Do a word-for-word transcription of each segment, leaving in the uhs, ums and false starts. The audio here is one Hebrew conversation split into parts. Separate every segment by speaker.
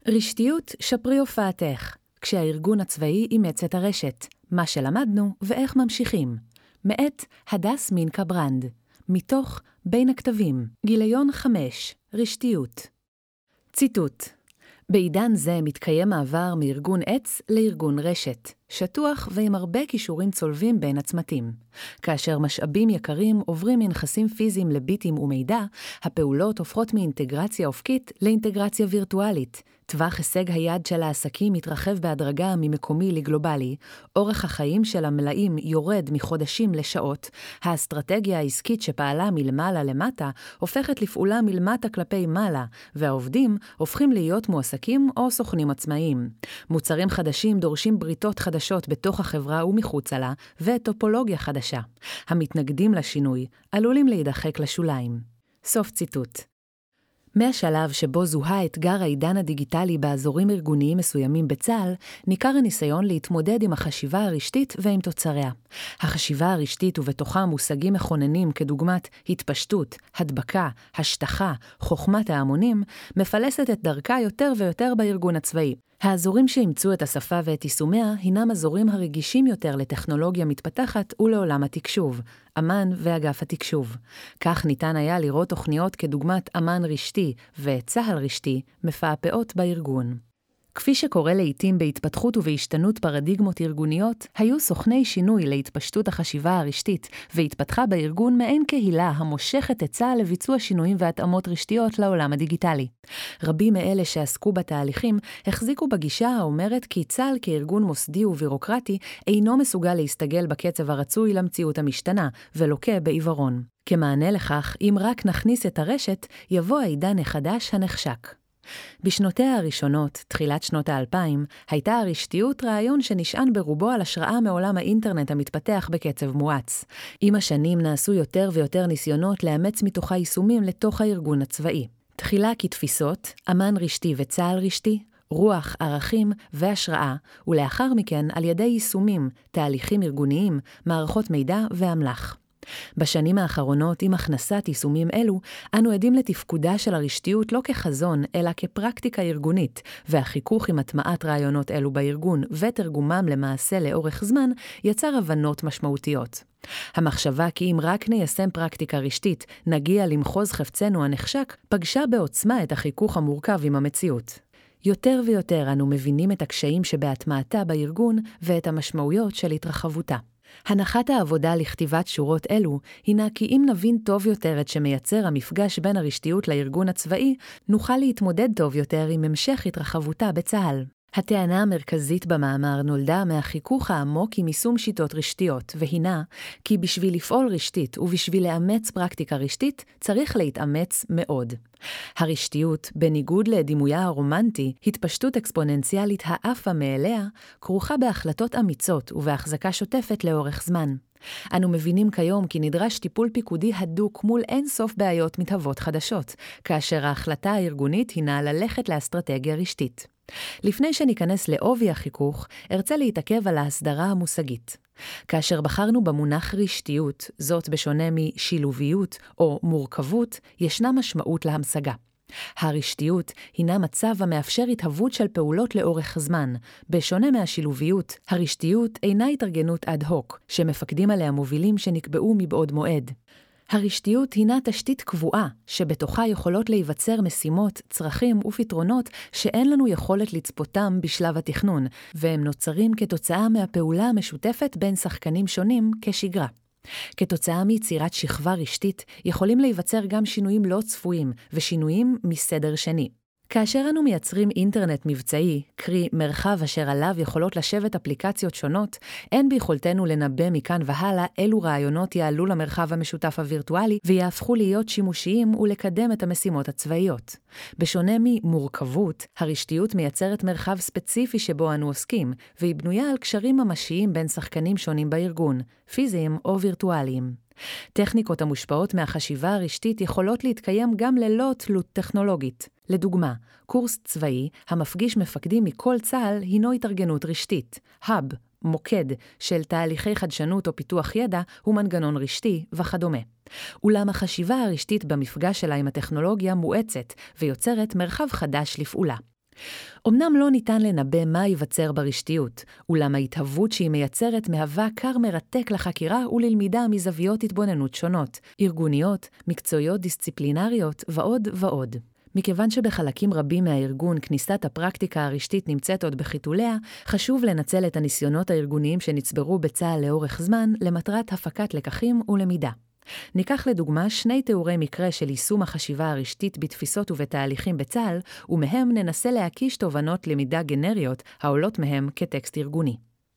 Speaker 1: רשתיות שפרי הופעתך, כשהארגון הצבאי אימץ את הרשת, מה שלמדנו ואיך ממשיכים. מאת הדס מינקה ברנד, מתוך בין הכתבים, גיליון חמש, רשתיות. ציטוט: בעידן זה מתקיים מעבר מארגון עץ לארגון רשת, שטוח ועם הרבה קישורים צולבים בין הצמתים. כאשר משאבים יקרים עוברים מנכסים פיזיים לביטים ומידע, הפעולות הופכות מאינטגרציה אופקית לאינטגרציה וירטואלית. טווח הישג היד של העסקים מתרחב בהדרגה ממקומי לגלובלי, אורך החיים של המלאים יורד מחודשים לשעות, האסטרטגיה העסקית שפעלה מלמעלה למטה הופכת לפעולה מלמטה כלפי מעלה, והעובדים הופכים להיות מועסקים או סוכנים עצמאיים. מוצרים חדשים דורשים בריתות חדשות בתוך החברה ומחוצה לה, וטופולוגיה חדשה. המתנגדים לשינוי עלולים להידחק לשוליים. סוף ציטוט. מהשלב שבו זוהה אתגר העידן הדיגיטלי באזורים ארגוניים מסוימים בצה"ל, ניכר הניסיון להתמודד עם החשיבה הרשתית ועם תוצריה. החשיבה הרשתית ובתוכה מושגים מכוננים כדוגמת התפשטות, הדבקה, השטחה, חוכמת ההמונים, מפלסת את דרכה יותר ויותר בארגון הצבאי. האזורים שאימצו את השפה ואת יישומיה הינם אזורים הרגישים יותר לטכנולוגיה מתפתחת ולעולם התקשוב, אמן ואגף התקשוב. כך ניתן היה לראות תוכניות כדוגמת אמן רשתי וצהל רשתי מפעפעות בארגון. כפי שקורה לעתים בהתפתחות ובהשתנות פרדיגמות ארגוניות, היו סוכני שינוי להתפשטות החשיבה הרשתית, והתפתחה בארגון מעין קהילה המושכת את צה"ל לביצוע שינויים והתאמות רשתיות לעולם הדיגיטלי. רבים מאלה שעסקו בתהליכים החזיקו בגישה האומרת כי צה"ל כארגון מוסדי ובירוקרטי אינו מסוגל להסתגל בקצב הרצוי למציאות המשתנה, ולוקה בעיוורון. כמענה לכך, אם רק נכניס את הרשת, יבוא העידן החדש הנחשק. בשנותיה הראשונות, תחילת שנות האלפיים, הייתה הרשתיות רעיון שנשען ברובו על השראה מעולם האינטרנט המתפתח בקצב מואץ. עם השנים נעשו יותר ויותר ניסיונות לאמץ מתוכה יישומים לתוך הארגון הצבאי. תחילה כתפיסות, אמן רשתי וצהל רשתי, רוח, ערכים והשראה, ולאחר מכן על ידי יישומים, תהליכים ארגוניים, מערכות מידע ואמל"ח. בשנים האחרונות, עם הכנסת יישומים אלו, אנו עדים לתפקודה של הרשתיות לא כחזון, אלא כפרקטיקה ארגונית, והחיכוך עם הטמעת רעיונות אלו בארגון ותרגומם למעשה לאורך זמן, יצר הבנות משמעותיות. המחשבה כי אם רק ניישם פרקטיקה רשתית, נגיע למחוז חפצנו הנחשק, פגשה בעוצמה את החיכוך המורכב עם המציאות. יותר ויותר אנו מבינים את הקשיים שבהטמעתה בארגון ואת המשמעויות של התרחבותה. הנחת העבודה לכתיבת שורות אלו הינה כי אם נבין טוב יותר את שמייצר המפגש בין הרשתיות לארגון הצבאי, נוכל להתמודד טוב יותר עם המשך התרחבותה בצה"ל. הטענה המרכזית במאמר נולדה מהחיכוך העמוק עם יישום שיטות רשתיות, והינה כי בשביל לפעול רשתית ובשביל לאמץ פרקטיקה רשתית, צריך להתאמץ מאוד. הרשתיות, בניגוד לדימויה הרומנטי, התפשטות אקספוננציאלית האפה מאליה, כרוכה בהחלטות אמיצות ובהחזקה שוטפת לאורך זמן. אנו מבינים כיום כי נדרש טיפול פיקודי הדוק מול אין סוף בעיות מתהוות חדשות, כאשר ההחלטה הארגונית הינה ללכת לאסטרטגיה רשתית. לפני שניכנס לעובי החיכוך, ארצה להתעכב על ההסדרה המושגית. כאשר בחרנו במונח רשתיות, זאת בשונה משילוביות או מורכבות, ישנה משמעות להמשגה. הרשתיות הינה מצב המאפשר התהוות של פעולות לאורך זמן. בשונה מהשילוביות, הרשתיות אינה התארגנות אד הוק, שמפקדים עליה מובילים שנקבעו מבעוד מועד. הרשתיות הינה תשתית קבועה, שבתוכה יכולות להיווצר משימות, צרכים ופתרונות שאין לנו יכולת לצפותם בשלב התכנון, והם נוצרים כתוצאה מהפעולה המשותפת בין שחקנים שונים כשגרה. כתוצאה מיצירת שכבה רשתית, יכולים להיווצר גם שינויים לא צפויים, ושינויים מסדר שני. כאשר אנו מייצרים אינטרנט מבצעי, קרי מרחב אשר עליו יכולות לשבת אפליקציות שונות, אין ביכולתנו לנבא מכאן והלאה אילו רעיונות יעלו למרחב המשותף הווירטואלי ויהפכו להיות שימושיים ולקדם את המשימות הצבאיות. בשונה ממורכבות, הרשתיות מייצרת מרחב ספציפי שבו אנו עוסקים, והיא בנויה על קשרים ממשיים בין שחקנים שונים בארגון, פיזיים או וירטואליים. טכניקות המושפעות מהחשיבה הרשתית יכולות להתקיים גם ללא תלות טכנולוגית. לדוגמה, קורס צבאי המפגיש מפקדים מכל צה"ל הינו התארגנות רשתית. האב, מוקד של תהליכי חדשנות או פיתוח ידע הוא מנגנון רשתי וכדומה. אולם החשיבה הרשתית במפגש שלה עם הטכנולוגיה מואצת ויוצרת מרחב חדש לפעולה. אמנם לא ניתן לנבא מה ייווצר ברשתיות, אולם ההתהוות שהיא מייצרת מהווה קר מרתק לחקירה וללמידה מזוויות התבוננות שונות, ארגוניות, מקצועיות דיסציפלינריות ועוד ועוד. מכיוון שבחלקים רבים מהארגון כניסת הפרקטיקה הרשתית נמצאת עוד בחיתוליה, חשוב לנצל את הניסיונות הארגוניים שנצברו בצה"ל לאורך זמן למטרת הפקת לקחים ולמידה. ניקח לדוגמה שני תיאורי מקרה של יישום החשיבה הרשתית בתפיסות ובתהליכים בצה"ל, ומהם ננסה להקיש תובנות למידה גנריות העולות מהם כטקסט ארגוני.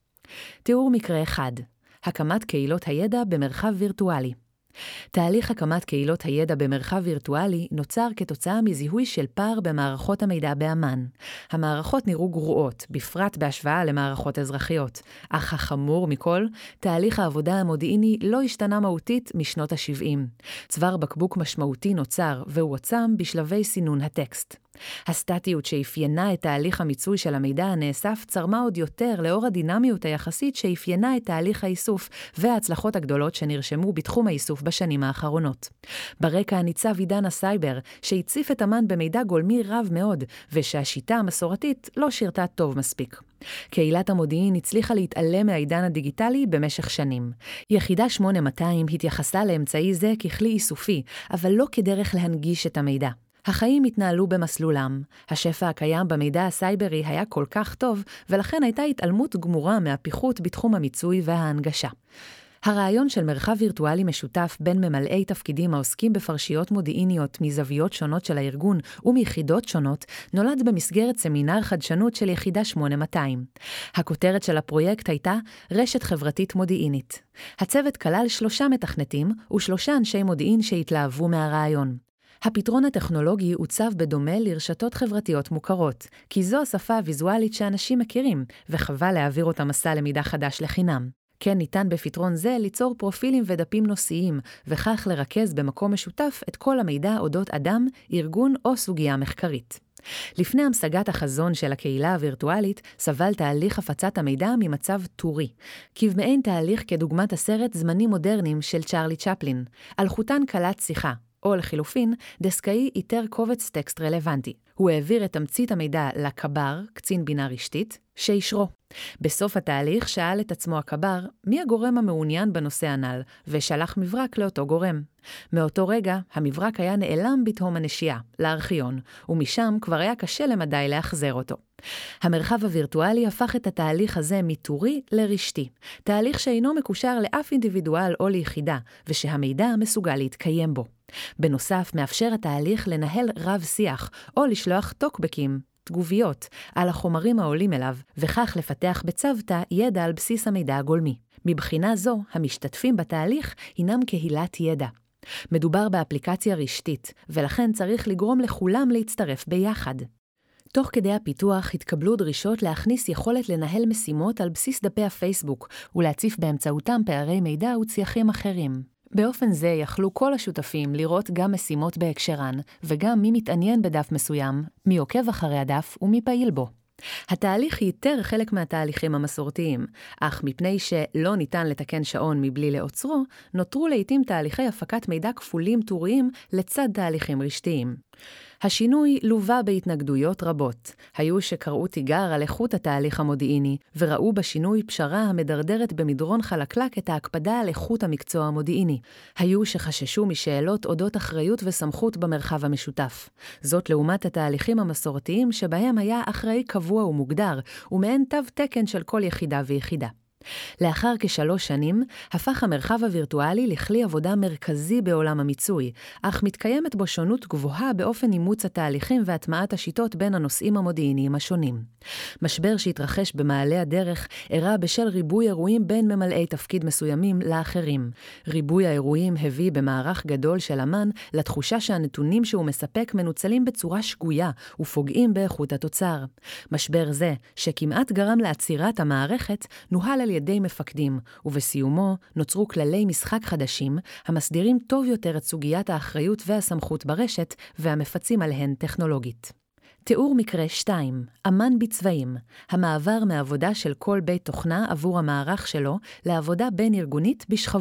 Speaker 1: תיאור מקרה אחד, הקמת קהילות הידע במרחב וירטואלי. תהליך הקמת קהילות הידע במרחב וירטואלי נוצר כתוצאה מזיהוי של פער במערכות המידע באמ"ן. המערכות נראו גרועות, בפרט בהשוואה למערכות אזרחיות. אך החמור מכל, תהליך העבודה המודיעיני לא השתנה מהותית משנות ה-שבעים. צוואר בקבוק משמעותי נוצר והוא עצם בשלבי סינון הטקסט. הסטטיות שאפיינה את תהליך המיצוי של המידע הנאסף צרמה עוד יותר לאור הדינמיות היחסית שאפיינה את תהליך האיסוף וההצלחות הגדולות שנרשמו בתחום האיסוף בשנים האחרונות. ברקע ניצב עידן הסייבר שהציף את אמ"ן במידע גולמי רב מאוד ושהשיטה המסורתית לא שירתה טוב מספיק. קהילת המודיעין הצליחה להתעלם מהעידן הדיגיטלי במשך שנים. יחידה שמונה מאתיים התייחסה לאמצעי זה ככלי איסופי, אבל לא כדרך להנגיש את המידע. החיים התנהלו במסלולם. השפע הקיים במידע הסייברי היה כל כך טוב, ולכן הייתה התעלמות גמורה מהפיחות בתחום המיצוי וההנגשה. הרעיון של מרחב וירטואלי משותף בין ממלאי תפקידים העוסקים בפרשיות מודיעיניות מזוויות שונות של הארגון ומיחידות שונות, נולד במסגרת סמינר חדשנות של יחידה שמונה מאתיים. הכותרת של הפרויקט הייתה רשת חברתית מודיעינית. הצוות כלל שלושה מתכנתים ושלושה אנשי מודיעין שהתלהבו מהרעיון. הפתרון הטכנולוגי עוצב בדומה לרשתות חברתיות מוכרות, כי זו השפה הוויזואלית שאנשים מכירים, וחבל להעביר אותה מסע למידה חדש לחינם. כן ניתן בפתרון זה ליצור פרופילים ודפים נושאיים, וכך לרכז במקום משותף את כל המידע אודות אדם, ארגון או סוגיה מחקרית. לפני המשגת החזון של הקהילה הווירטואלית, סבל תהליך הפצת המידע ממצב טורי, כבמעין תהליך כדוגמת הסרט זמנים מודרניים של צ'רלי צ'פלין, על חוטן קלט שיחה. או לחילופין, דסקאי איתר קובץ טקסט רלוונטי. הוא העביר את תמצית המידע לקבר, קצין בינה רשתית, שישרו. בסוף התהליך שאל את עצמו הקבר, מי הגורם המעוניין בנושא הנ"ל, ושלח מברק לאותו גורם. מאותו רגע, המברק היה נעלם בתהום הנשייה, לארכיון, ומשם כבר היה קשה למדי להחזר אותו. המרחב הווירטואלי הפך את התהליך הזה מטורי לרשתי, תהליך שאינו מקושר לאף אינדיבידואל או ליחידה, ושהמידע מסוגל להתקיים בו. בנוסף, מאפשר התהליך לנהל רב שיח, או לשלוח טוקבקים, תגוביות, על החומרים העולים אליו, וכך לפתח בצוותא ידע על בסיס המידע הגולמי. מבחינה זו, המשתתפים בתהליך הינם קהילת ידע. מדובר באפליקציה רשתית, ולכן צריך לגרום לכולם להצטרף ביחד. תוך כדי הפיתוח התקבלו דרישות להכניס יכולת לנהל משימות על בסיס דפי הפייסבוק, ולהציף באמצעותם פערי מידע וצייחים אחרים. באופן זה יכלו כל השותפים לראות גם משימות בהקשרן, וגם מי מתעניין בדף מסוים, מי עוקב אחרי הדף ומי פעיל בו. התהליך ייתר חלק מהתהליכים המסורתיים, אך מפני שלא ניתן לתקן שעון מבלי לעוצרו, נותרו לעתים תהליכי הפקת מידע כפולים טוריים לצד תהליכים רשתיים. השינוי לווה בהתנגדויות רבות. היו שקראו תיגר על איכות התהליך המודיעיני, וראו בשינוי פשרה המדרדרת במדרון חלקלק את ההקפדה על איכות המקצוע המודיעיני. היו שחששו משאלות אודות אחריות וסמכות במרחב המשותף. זאת לעומת התהליכים המסורתיים שבהם היה אחראי קבוע ומוגדר, ומעין תו תקן של כל יחידה ויחידה. לאחר כשלוש שנים, הפך המרחב הווירטואלי לכלי עבודה מרכזי בעולם המיצוי, אך מתקיימת בו שונות גבוהה באופן אימוץ התהליכים והטמעת השיטות בין הנושאים המודיעיניים השונים. משבר שהתרחש במעלה הדרך אירע בשל ריבוי אירועים בין ממלאי תפקיד מסוימים לאחרים. ריבוי האירועים הביא במערך גדול של אמ"ן לתחושה שהנתונים שהוא מספק מנוצלים בצורה שגויה ופוגעים באיכות התוצר. משבר זה, שכמעט גרם לעצירת המערכת, נוהל על ידי מפקדים, ובסיומו נוצרו כללי משחק חדשים המסדירים טוב יותר את סוגיית האחריות והסמכות ברשת והמפצים עליהן טכנולוגית. תיאור מקרה שתיים, אמ"ן בצבעים, המעבר מעבודה של כל בית תוכנה עבור המערך שלו לעבודה בין ארגונית בשכבות.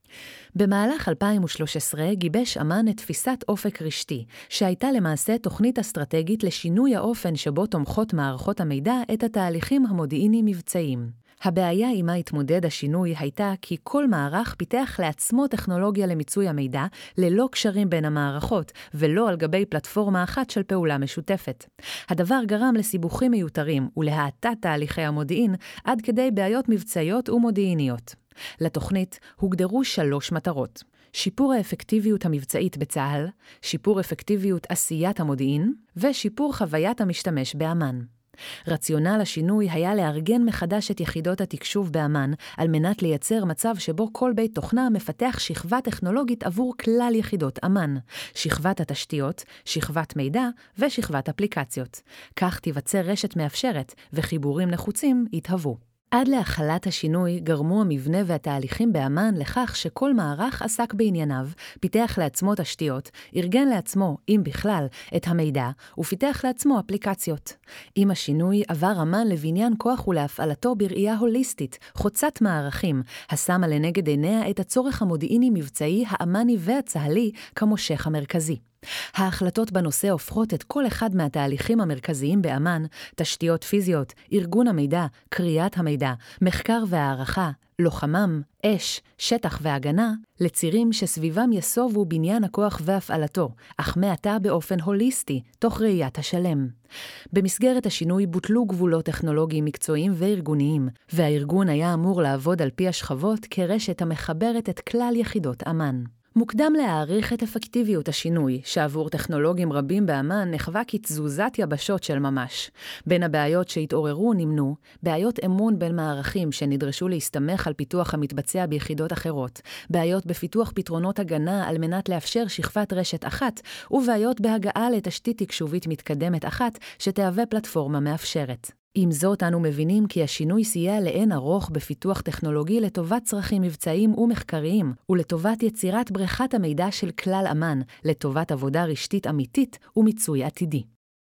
Speaker 1: במהלך אלפיים ושלוש עשרה גיבש אמן את תפיסת אופק רשתי, שהייתה למעשה תוכנית אסטרטגית לשינוי האופן שבו תומכות מערכות המידע את התהליכים המודיעיניים מבצעיים. הבעיה עימה התמודד השינוי הייתה כי כל מערך פיתח לעצמו טכנולוגיה למיצוי המידע ללא קשרים בין המערכות, ולא על גבי פלטפורמה אחת של פעולה משותפת. הדבר גרם לסיבוכים מיותרים ולהאטת תהליכי המודיעין עד כדי בעיות מבצעיות ומודיעיניות. לתוכנית הוגדרו שלוש מטרות: שיפור האפקטיביות המבצעית בצה"ל, שיפור אפקטיביות עשיית המודיעין, ושיפור חוויית המשתמש באמן. רציונל השינוי היה לארגן מחדש את יחידות התקשוב באמן, על מנת לייצר מצב שבו כל בית תוכנה מפתח שכבה טכנולוגית עבור כלל יחידות אמן, שכבת התשתיות, שכבת מידע ושכבת אפליקציות. כך תיווצר רשת מאפשרת וחיבורים נחוצים יתהוו. עד להחלת השינוי גרמו המבנה והתהליכים באמן לכך שכל מערך עסק בענייניו, פיתח לעצמו תשתיות, ארגן לעצמו, אם בכלל, את המידע, ופיתח לעצמו אפליקציות. עם השינוי עבר אמן לבניין כוח ולהפעלתו בראייה הוליסטית, חוצת מערכים, השמה לנגד עיניה את הצורך המודיעיני-מבצעי, האמני והצהלי כמושך המרכזי. ההחלטות בנושא הופכות את כל אחד מהתהליכים המרכזיים באמן, תשתיות פיזיות, ארגון המידע, קריאת המידע, מחקר והערכה, לוחמם, אש, שטח והגנה, לצירים שסביבם יסובו בניין הכוח והפעלתו, אך מעתה באופן הוליסטי, תוך ראיית השלם. במסגרת השינוי בוטלו גבולות טכנולוגיים מקצועיים וארגוניים, והארגון היה אמור לעבוד על פי השכבות כרשת המחברת את כלל יחידות אמן. מוקדם להעריך את אפקטיביות השינוי, שעבור טכנולוגים רבים באמן נחווה כתזוזת יבשות של ממש. בין הבעיות שהתעוררו נמנו, בעיות אמון בין מערכים שנדרשו להסתמך על פיתוח המתבצע ביחידות אחרות, בעיות בפיתוח פתרונות הגנה על מנת לאפשר שכבת רשת אחת, ובעיות בהגעה לתשתית תקשובית מתקדמת אחת שתהווה פלטפורמה מאפשרת. עם זאת, אנו מבינים כי השינוי סייע לאין ארוך בפיתוח טכנולוגי לטובת צרכים מבצעיים ומחקריים, ולטובת יצירת בריכת המידע של כלל אמן, לטובת עבודה רשתית אמיתית ומיצוי עתידי.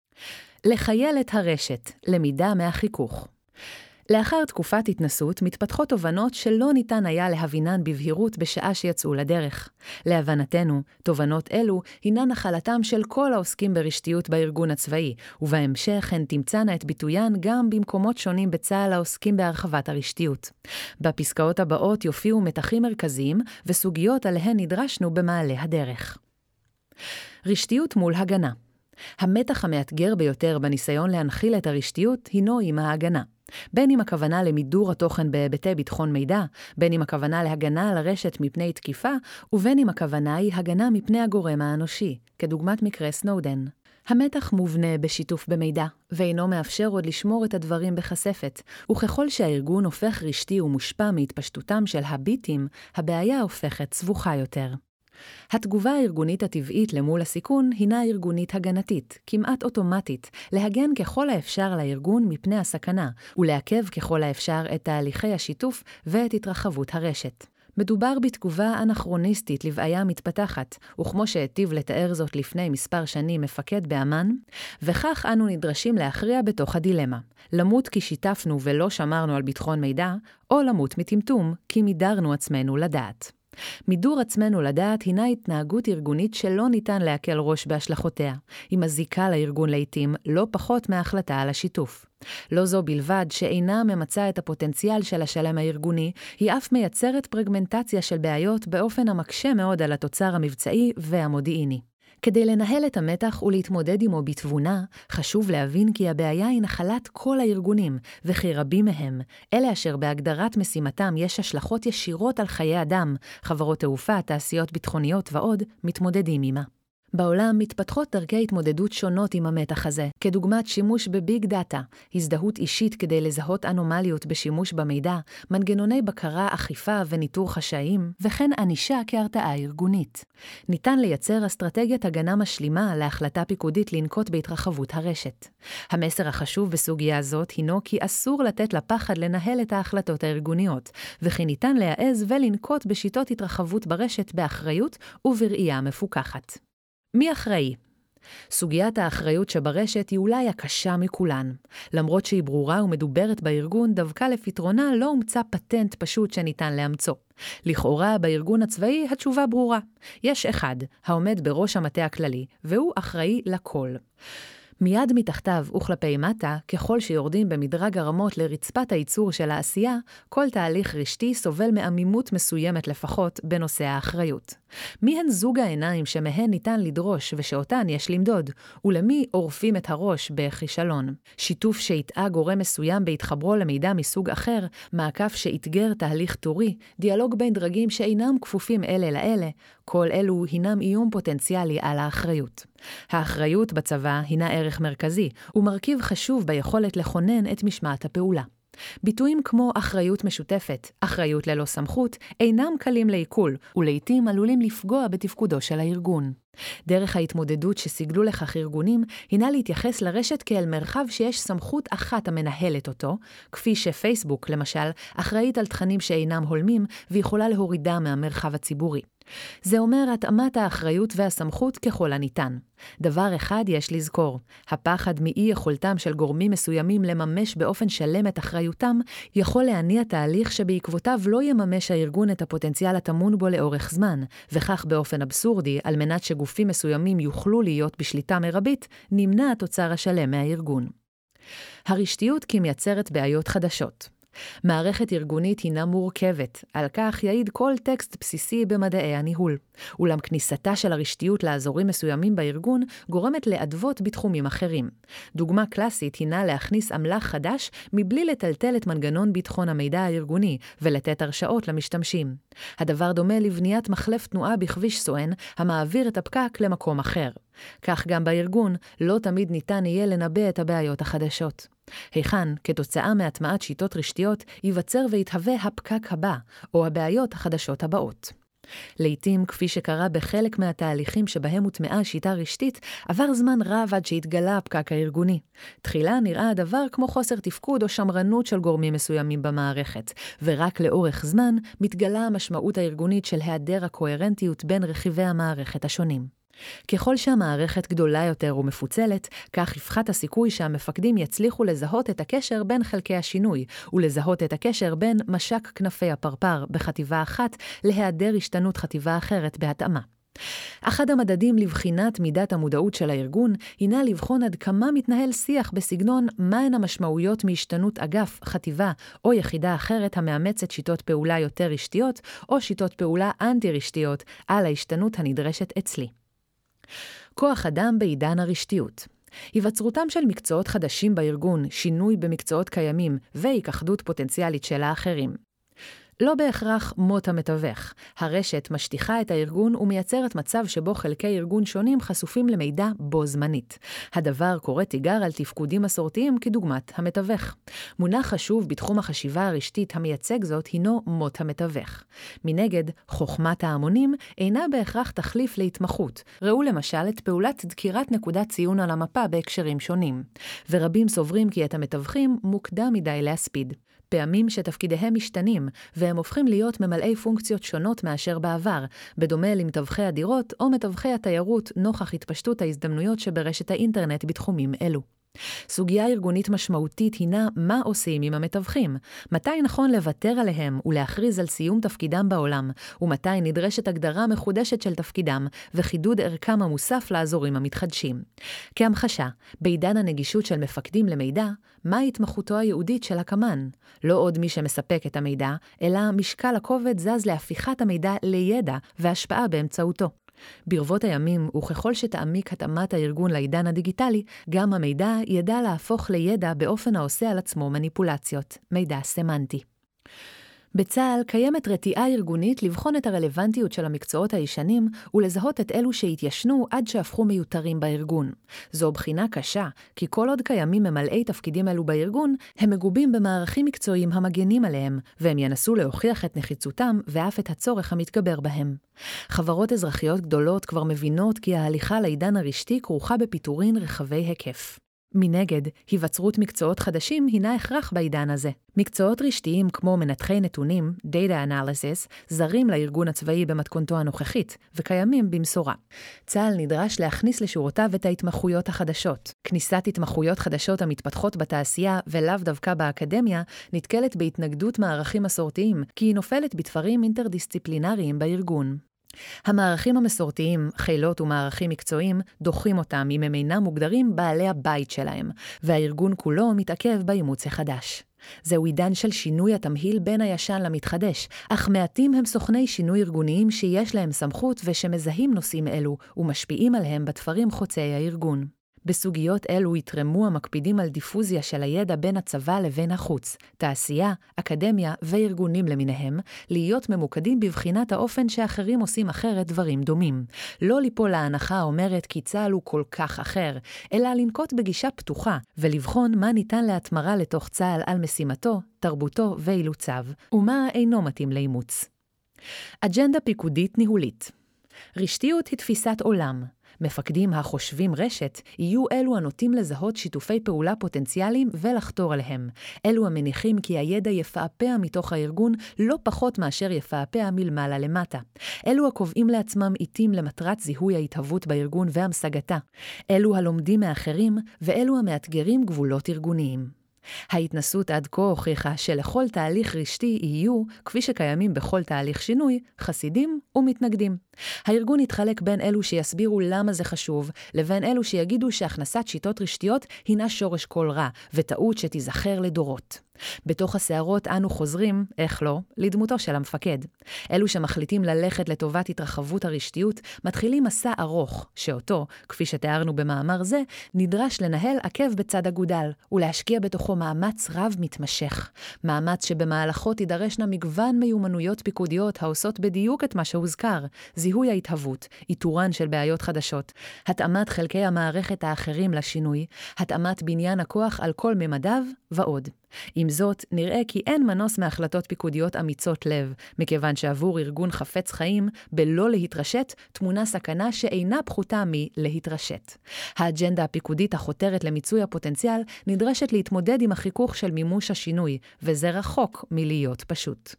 Speaker 1: לחייל את הרשת, למידה מהחיכוך. לאחר תקופת התנסות מתפתחות תובנות שלא ניתן היה להבינן בבהירות בשעה שיצאו לדרך. להבנתנו, תובנות אלו הינן נחלתם של כל העוסקים ברשתיות בארגון הצבאי, ובהמשך הן תמצאנה את ביטוין גם במקומות שונים בצה"ל העוסקים בהרחבת הרשתיות. בפסקאות הבאות יופיעו מתחים מרכזיים וסוגיות עליהן נדרשנו במעלה הדרך. רשתיות מול הגנה. המתח המאתגר ביותר בניסיון להנחיל את הרשתיות הינו עם ההגנה. בין אם הכוונה למידור התוכן בהיבטי ביטחון מידע, בין אם הכוונה להגנה על הרשת מפני תקיפה, ובין אם הכוונה היא הגנה מפני הגורם האנושי, כדוגמת מקרה סנודן. המתח מובנה בשיתוף במידע, ואינו מאפשר עוד לשמור את הדברים בחשפת, וככל שהארגון הופך רשתי ומושפע מהתפשטותם של הביטים, הבעיה הופכת סבוכה יותר. התגובה הארגונית הטבעית למול הסיכון הינה ארגונית הגנתית, כמעט אוטומטית, להגן ככל האפשר על הארגון מפני הסכנה, ולעכב ככל האפשר את תהליכי השיתוף ואת התרחבות הרשת. מדובר בתגובה אנכרוניסטית לבעיה מתפתחת, וכמו שהיטיב לתאר זאת לפני מספר שנים מפקד באמן, וכך אנו נדרשים להכריע בתוך הדילמה, למות כי שיתפנו ולא שמרנו על ביטחון מידע, או למות מטמטום כי מידרנו עצמנו לדעת. מידור עצמנו לדעת הינה התנהגות ארגונית שלא ניתן להקל ראש בהשלכותיה. היא מזיקה לארגון לעתים לא פחות מההחלטה על השיתוף. לא זו בלבד שאינה ממצה את הפוטנציאל של השלם הארגוני, היא אף מייצרת פרגמנטציה של בעיות באופן המקשה מאוד על התוצר המבצעי והמודיעיני. כדי לנהל את המתח ולהתמודד עמו בתבונה, חשוב להבין כי הבעיה היא נחלת כל הארגונים, וכי רבים מהם, אלה אשר בהגדרת משימתם יש השלכות ישירות על חיי אדם, חברות תעופה, תעשיות ביטחוניות ועוד, מתמודדים עמה. בעולם מתפתחות דרכי התמודדות שונות עם המתח הזה, כדוגמת שימוש בביג דאטה, הזדהות אישית כדי לזהות אנומליות בשימוש במידע, מנגנוני בקרה, אכיפה וניטור חשאיים, וכן ענישה כהרתעה ארגונית. ניתן לייצר אסטרטגיית הגנה משלימה להחלטה פיקודית לנקוט בהתרחבות הרשת. המסר החשוב בסוגיה זאת הינו כי אסור לתת לפחד לנהל את ההחלטות הארגוניות, וכי ניתן להעז ולנקוט בשיטות התרחבות ברשת באחריות ובראייה מפוקחת. מי אחראי? סוגיית האחריות שברשת היא אולי הקשה מכולן. למרות שהיא ברורה ומדוברת בארגון, דווקא לפתרונה לא הומצא פטנט פשוט שניתן לאמצו. לכאורה, בארגון הצבאי התשובה ברורה. יש אחד, העומד בראש המטה הכללי, והוא אחראי לכל. מיד מתחתיו וכלפי מטה, ככל שיורדים במדרג הרמות לרצפת הייצור של העשייה, כל תהליך רשתי סובל מעמימות מסוימת לפחות בנושא האחריות. מי הן זוג העיניים שמהן ניתן לדרוש ושאותן יש למדוד, ולמי עורפים את הראש בכישלון? שיתוף שהטעה גורם מסוים בהתחברו למידע מסוג אחר, מעקף שהתגר תהליך טורי, דיאלוג בין דרגים שאינם כפופים אלה לאלה, כל אלו הינם איום פוטנציאלי על האחריות. האחריות בצבא הינה ערך מרכזי, ומרכיב חשוב ביכולת לכונן את משמעת הפעולה. ביטויים כמו אחריות משותפת, אחריות ללא סמכות, אינם קלים לעיכול, ולעיתים עלולים לפגוע בתפקודו של הארגון. דרך ההתמודדות שסיגלו לכך ארגונים, הינה להתייחס לרשת כאל מרחב שיש סמכות אחת המנהלת אותו, כפי שפייסבוק, למשל, אחראית על תכנים שאינם הולמים, ויכולה להורידה מהמרחב הציבורי. זה אומר התאמת האחריות והסמכות ככל הניתן. דבר אחד יש לזכור, הפחד מאי יכולתם של גורמים מסוימים לממש באופן שלם את אחריותם, יכול להניע תהליך שבעקבותיו לא יממש הארגון את הפוטנציאל הטמון בו לאורך זמן, וכך באופן אבסורדי, על מנת שגופים מסוימים יוכלו להיות בשליטה מרבית, נמנע התוצר השלם מהארגון. הרשתיות כמייצרת בעיות חדשות. מערכת ארגונית הינה מורכבת, על כך יעיד כל טקסט בסיסי במדעי הניהול. אולם כניסתה של הרשתיות לאזורים מסוימים בארגון גורמת לעדבות בתחומים אחרים. דוגמה קלאסית הינה להכניס אמל"ח חדש מבלי לטלטל את מנגנון ביטחון המידע הארגוני ולתת הרשאות למשתמשים. הדבר דומה לבניית מחלף תנועה בכביש סואן המעביר את הפקק למקום אחר. כך גם בארגון לא תמיד ניתן יהיה לנבא את הבעיות החדשות. היכן, כתוצאה מהטמעת שיטות רשתיות, ייווצר ויתהווה הפקק הבא, או הבעיות החדשות הבאות. לעתים, כפי שקרה בחלק מהתהליכים שבהם הוטמעה שיטה רשתית, עבר זמן רב עד שהתגלה הפקק הארגוני. תחילה נראה הדבר כמו חוסר תפקוד או שמרנות של גורמים מסוימים במערכת, ורק לאורך זמן מתגלה המשמעות הארגונית של היעדר הקוהרנטיות בין רכיבי המערכת השונים. ככל שהמערכת גדולה יותר ומפוצלת, כך יפחת הסיכוי שהמפקדים יצליחו לזהות את הקשר בין חלקי השינוי, ולזהות את הקשר בין משק כנפי הפרפר בחטיבה אחת להיעדר השתנות חטיבה אחרת בהתאמה. אחד המדדים לבחינת מידת המודעות של הארגון הינה לבחון עד כמה מתנהל שיח בסגנון מהן המשמעויות מהשתנות אגף, חטיבה או יחידה אחרת המאמצת שיטות פעולה יותר רשתיות או שיטות פעולה אנטי-רשתיות על ההשתנות הנדרשת אצלי. כוח אדם בעידן הרשתיות. היווצרותם של מקצועות חדשים בארגון, שינוי במקצועות קיימים והיכחדות פוטנציאלית של האחרים. לא בהכרח מות המתווך. הרשת משטיחה את הארגון ומייצרת מצב שבו חלקי ארגון שונים חשופים למידע בו זמנית. הדבר קורא תיגר על תפקודים מסורתיים כדוגמת המתווך. מונח חשוב בתחום החשיבה הרשתית המייצג זאת הינו מות המתווך. מנגד, חוכמת ההמונים אינה בהכרח תחליף להתמחות. ראו למשל את פעולת דקירת נקודת ציון על המפה בהקשרים שונים. ורבים סוברים כי את המתווכים מוקדם מדי להספיד. פעמים שתפקידיהם משתנים, והם הופכים להיות ממלאי פונקציות שונות מאשר בעבר, בדומה למתווכי הדירות או מתווכי התיירות נוכח התפשטות ההזדמנויות שברשת האינטרנט בתחומים אלו. סוגיה ארגונית משמעותית הינה מה עושים עם המתווכים, מתי נכון לוותר עליהם ולהכריז על סיום תפקידם בעולם, ומתי נדרשת הגדרה מחודשת של תפקידם וחידוד ערכם המוסף לאזורים המתחדשים. כהמחשה, בעידן הנגישות של מפקדים למידע, מה התמחותו הייעודית של הקמן? לא עוד מי שמספק את המידע, אלא משקל הכובד זז להפיכת המידע לידע והשפעה באמצעותו. ברבות הימים, וככל שתעמיק התאמת הארגון לעידן הדיגיטלי, גם המידע ידע להפוך לידע באופן העושה על עצמו מניפולציות, מידע סמנטי. בצה"ל קיימת רתיעה ארגונית לבחון את הרלוונטיות של המקצועות הישנים ולזהות את אלו שהתיישנו עד שהפכו מיותרים בארגון. זו בחינה קשה, כי כל עוד קיימים ממלאי תפקידים אלו בארגון, הם מגובים במערכים מקצועיים המגנים עליהם, והם ינסו להוכיח את נחיצותם ואף את הצורך המתגבר בהם. חברות אזרחיות גדולות כבר מבינות כי ההליכה לעידן הרשתי כרוכה בפיטורין רחבי היקף. מנגד, היווצרות מקצועות חדשים הינה הכרח בעידן הזה. מקצועות רשתיים כמו מנתחי נתונים, Data Analysis, זרים לארגון הצבאי במתכונתו הנוכחית, וקיימים במשורה. צה"ל נדרש להכניס לשורותיו את ההתמחויות החדשות. כניסת התמחויות חדשות המתפתחות בתעשייה ולאו דווקא באקדמיה, נתקלת בהתנגדות מערכים מסורתיים, כי היא נופלת בתפרים אינטרדיסציפלינריים בארגון. המערכים המסורתיים, חילות ומערכים מקצועיים, דוחים אותם אם הם אינם מוגדרים בעלי הבית שלהם, והארגון כולו מתעכב באימוץ החדש. זהו עידן של שינוי התמהיל בין הישן למתחדש, אך מעטים הם סוכני שינוי ארגוניים שיש להם סמכות ושמזהים נושאים אלו ומשפיעים עליהם בתפרים חוצי הארגון. בסוגיות אלו יתרמו המקפידים על דיפוזיה של הידע בין הצבא לבין החוץ, תעשייה, אקדמיה וארגונים למיניהם, להיות ממוקדים בבחינת האופן שאחרים עושים אחרת דברים דומים. לא ליפול להנחה אומרת כי צה"ל הוא כל כך אחר, אלא לנקוט בגישה פתוחה ולבחון מה ניתן להתמרה לתוך צה"ל על משימתו, תרבותו ואילוציו, ומה אינו מתאים לאימוץ. אג'נדה פיקודית ניהולית. רשתיות היא תפיסת עולם. מפקדים החושבים רשת יהיו אלו הנוטים לזהות שיתופי פעולה פוטנציאליים ולחתור עליהם. אלו המניחים כי הידע יפעפע מתוך הארגון לא פחות מאשר יפעפע מלמעלה למטה. אלו הקובעים לעצמם עיתים למטרת זיהוי ההתהוות בארגון והמשגתה. אלו הלומדים מאחרים ואלו המאתגרים גבולות ארגוניים. ההתנסות עד כה הוכיחה שלכל תהליך רשתי יהיו, כפי שקיימים בכל תהליך שינוי, חסידים ומתנגדים. הארגון יתחלק בין אלו שיסבירו למה זה חשוב, לבין אלו שיגידו שהכנסת שיטות רשתיות הינה שורש כל רע, וטעות שתיזכר לדורות. בתוך הסערות אנו חוזרים, איך לא, לדמותו של המפקד. אלו שמחליטים ללכת לטובת התרחבות הרשתיות, מתחילים מסע ארוך, שאותו, כפי שתיארנו במאמר זה, נדרש לנהל עקב בצד אגודל, ולהשקיע בתוכו מאמץ רב מתמשך. מאמץ שבמהלכו תידרשנה מגוון מיומנויות פיקודיות העושות בדיוק את מה שהוזכר, זיהוי ההתהוות, איתורן של בעיות חדשות, התאמת חלקי המערכת האחרים לשינוי, התאמת בניין הכוח על כל ממדיו ועוד. עם זאת, נראה כי אין מנוס מהחלטות פיקודיות אמיצות לב, מכיוון שעבור ארגון חפץ חיים, בלא להתרשת, תמונה סכנה שאינה פחותה מלהתרשת. האג'נדה הפיקודית החותרת למיצוי הפוטנציאל נדרשת להתמודד עם החיכוך של מימוש השינוי, וזה רחוק מלהיות פשוט.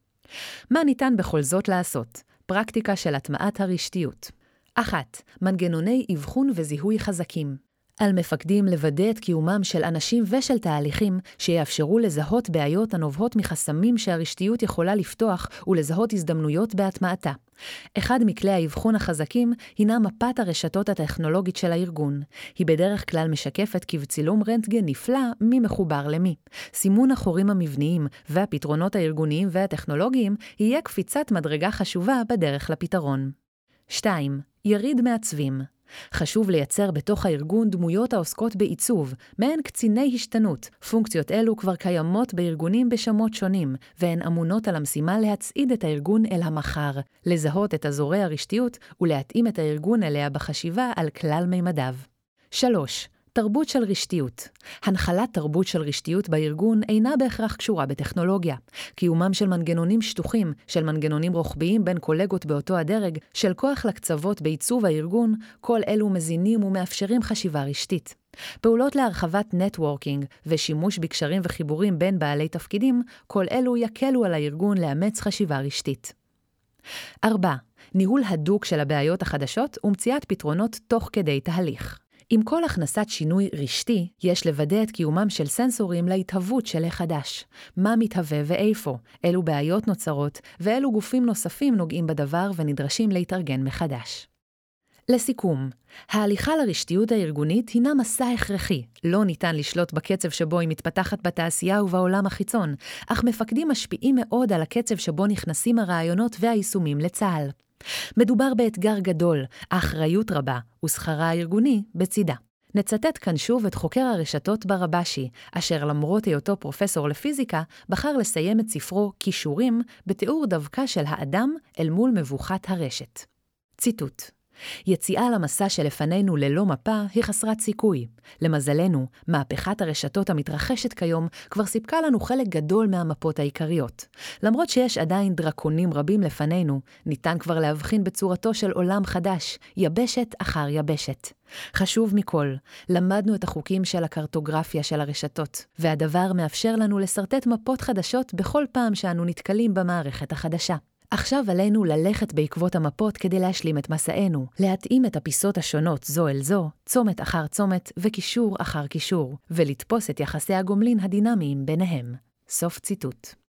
Speaker 1: מה ניתן בכל זאת לעשות? פרקטיקה של הטמעת הרשתיות. אחת. מנגנוני אבחון וזיהוי חזקים. על מפקדים לוודא את קיומם של אנשים ושל תהליכים שיאפשרו לזהות בעיות הנובעות מחסמים שהרשתיות יכולה לפתוח ולזהות הזדמנויות בהטמעתה. אחד מכלי האבחון החזקים הינה מפת הרשתות הטכנולוגית של הארגון. היא בדרך כלל משקפת כבצילום רנטגן נפלא מי מחובר למי. סימון החורים המבניים והפתרונות הארגוניים והטכנולוגיים יהיה קפיצת מדרגה חשובה בדרך לפתרון. שתיים. יריד מעצבים. חשוב לייצר בתוך הארגון דמויות העוסקות בעיצוב, מהן קציני השתנות. פונקציות אלו כבר קיימות בארגונים בשמות שונים, והן אמונות על המשימה להצעיד את הארגון אל המחר, לזהות את אזורי הרשתיות ולהתאים את הארגון אליה בחשיבה על כלל מימדיו. שלוש. תרבות של רשתיות. הנחלת תרבות של רשתיות בארגון אינה בהכרח קשורה בטכנולוגיה. קיומם של מנגנונים שטוחים, של מנגנונים רוחביים בין קולגות באותו הדרג, של כוח לקצוות בעיצוב הארגון, כל אלו מזינים ומאפשרים חשיבה רשתית. פעולות להרחבת נטוורקינג ושימוש בקשרים וחיבורים בין בעלי תפקידים, כל אלו יקלו על הארגון לאמץ חשיבה רשתית. ארבע. ניהול הדוק של הבעיות החדשות ומציאת פתרונות תוך כדי תהליך. עם כל הכנסת שינוי רשתי, יש לוודא את קיומם של סנסורים להתהוות של החדש. מה מתהווה ואיפה, אילו בעיות נוצרות, ואילו גופים נוספים נוגעים בדבר ונדרשים להתארגן מחדש. לסיכום, ההליכה לרשתיות הארגונית הינה מסע הכרחי. לא ניתן לשלוט בקצב שבו היא מתפתחת בתעשייה ובעולם החיצון, אך מפקדים משפיעים מאוד על הקצב שבו נכנסים הרעיונות והיישומים לצה"ל. מדובר באתגר גדול, האחריות רבה, ושכרה הארגוני בצידה. נצטט כאן שוב את חוקר הרשתות ברבשי, אשר למרות היותו פרופסור לפיזיקה, בחר לסיים את ספרו כישורים בתיאור דווקא של האדם אל מול מבוכת הרשת. ציטוט: יציאה למסע שלפנינו ללא מפה היא חסרת סיכוי. למזלנו, מהפכת הרשתות המתרחשת כיום כבר סיפקה לנו חלק גדול מהמפות העיקריות. למרות שיש עדיין דרקונים רבים לפנינו, ניתן כבר להבחין בצורתו של עולם חדש, יבשת אחר יבשת. חשוב מכל, למדנו את החוקים של הקרטוגרפיה של הרשתות, והדבר מאפשר לנו לסרטט מפות חדשות בכל פעם שאנו נתקלים במערכת החדשה. עכשיו עלינו ללכת בעקבות המפות כדי להשלים את מסענו, להתאים את הפיסות השונות זו אל זו, צומת אחר צומת וקישור אחר קישור, ולתפוס את יחסי הגומלין הדינמיים ביניהם. סוף ציטוט.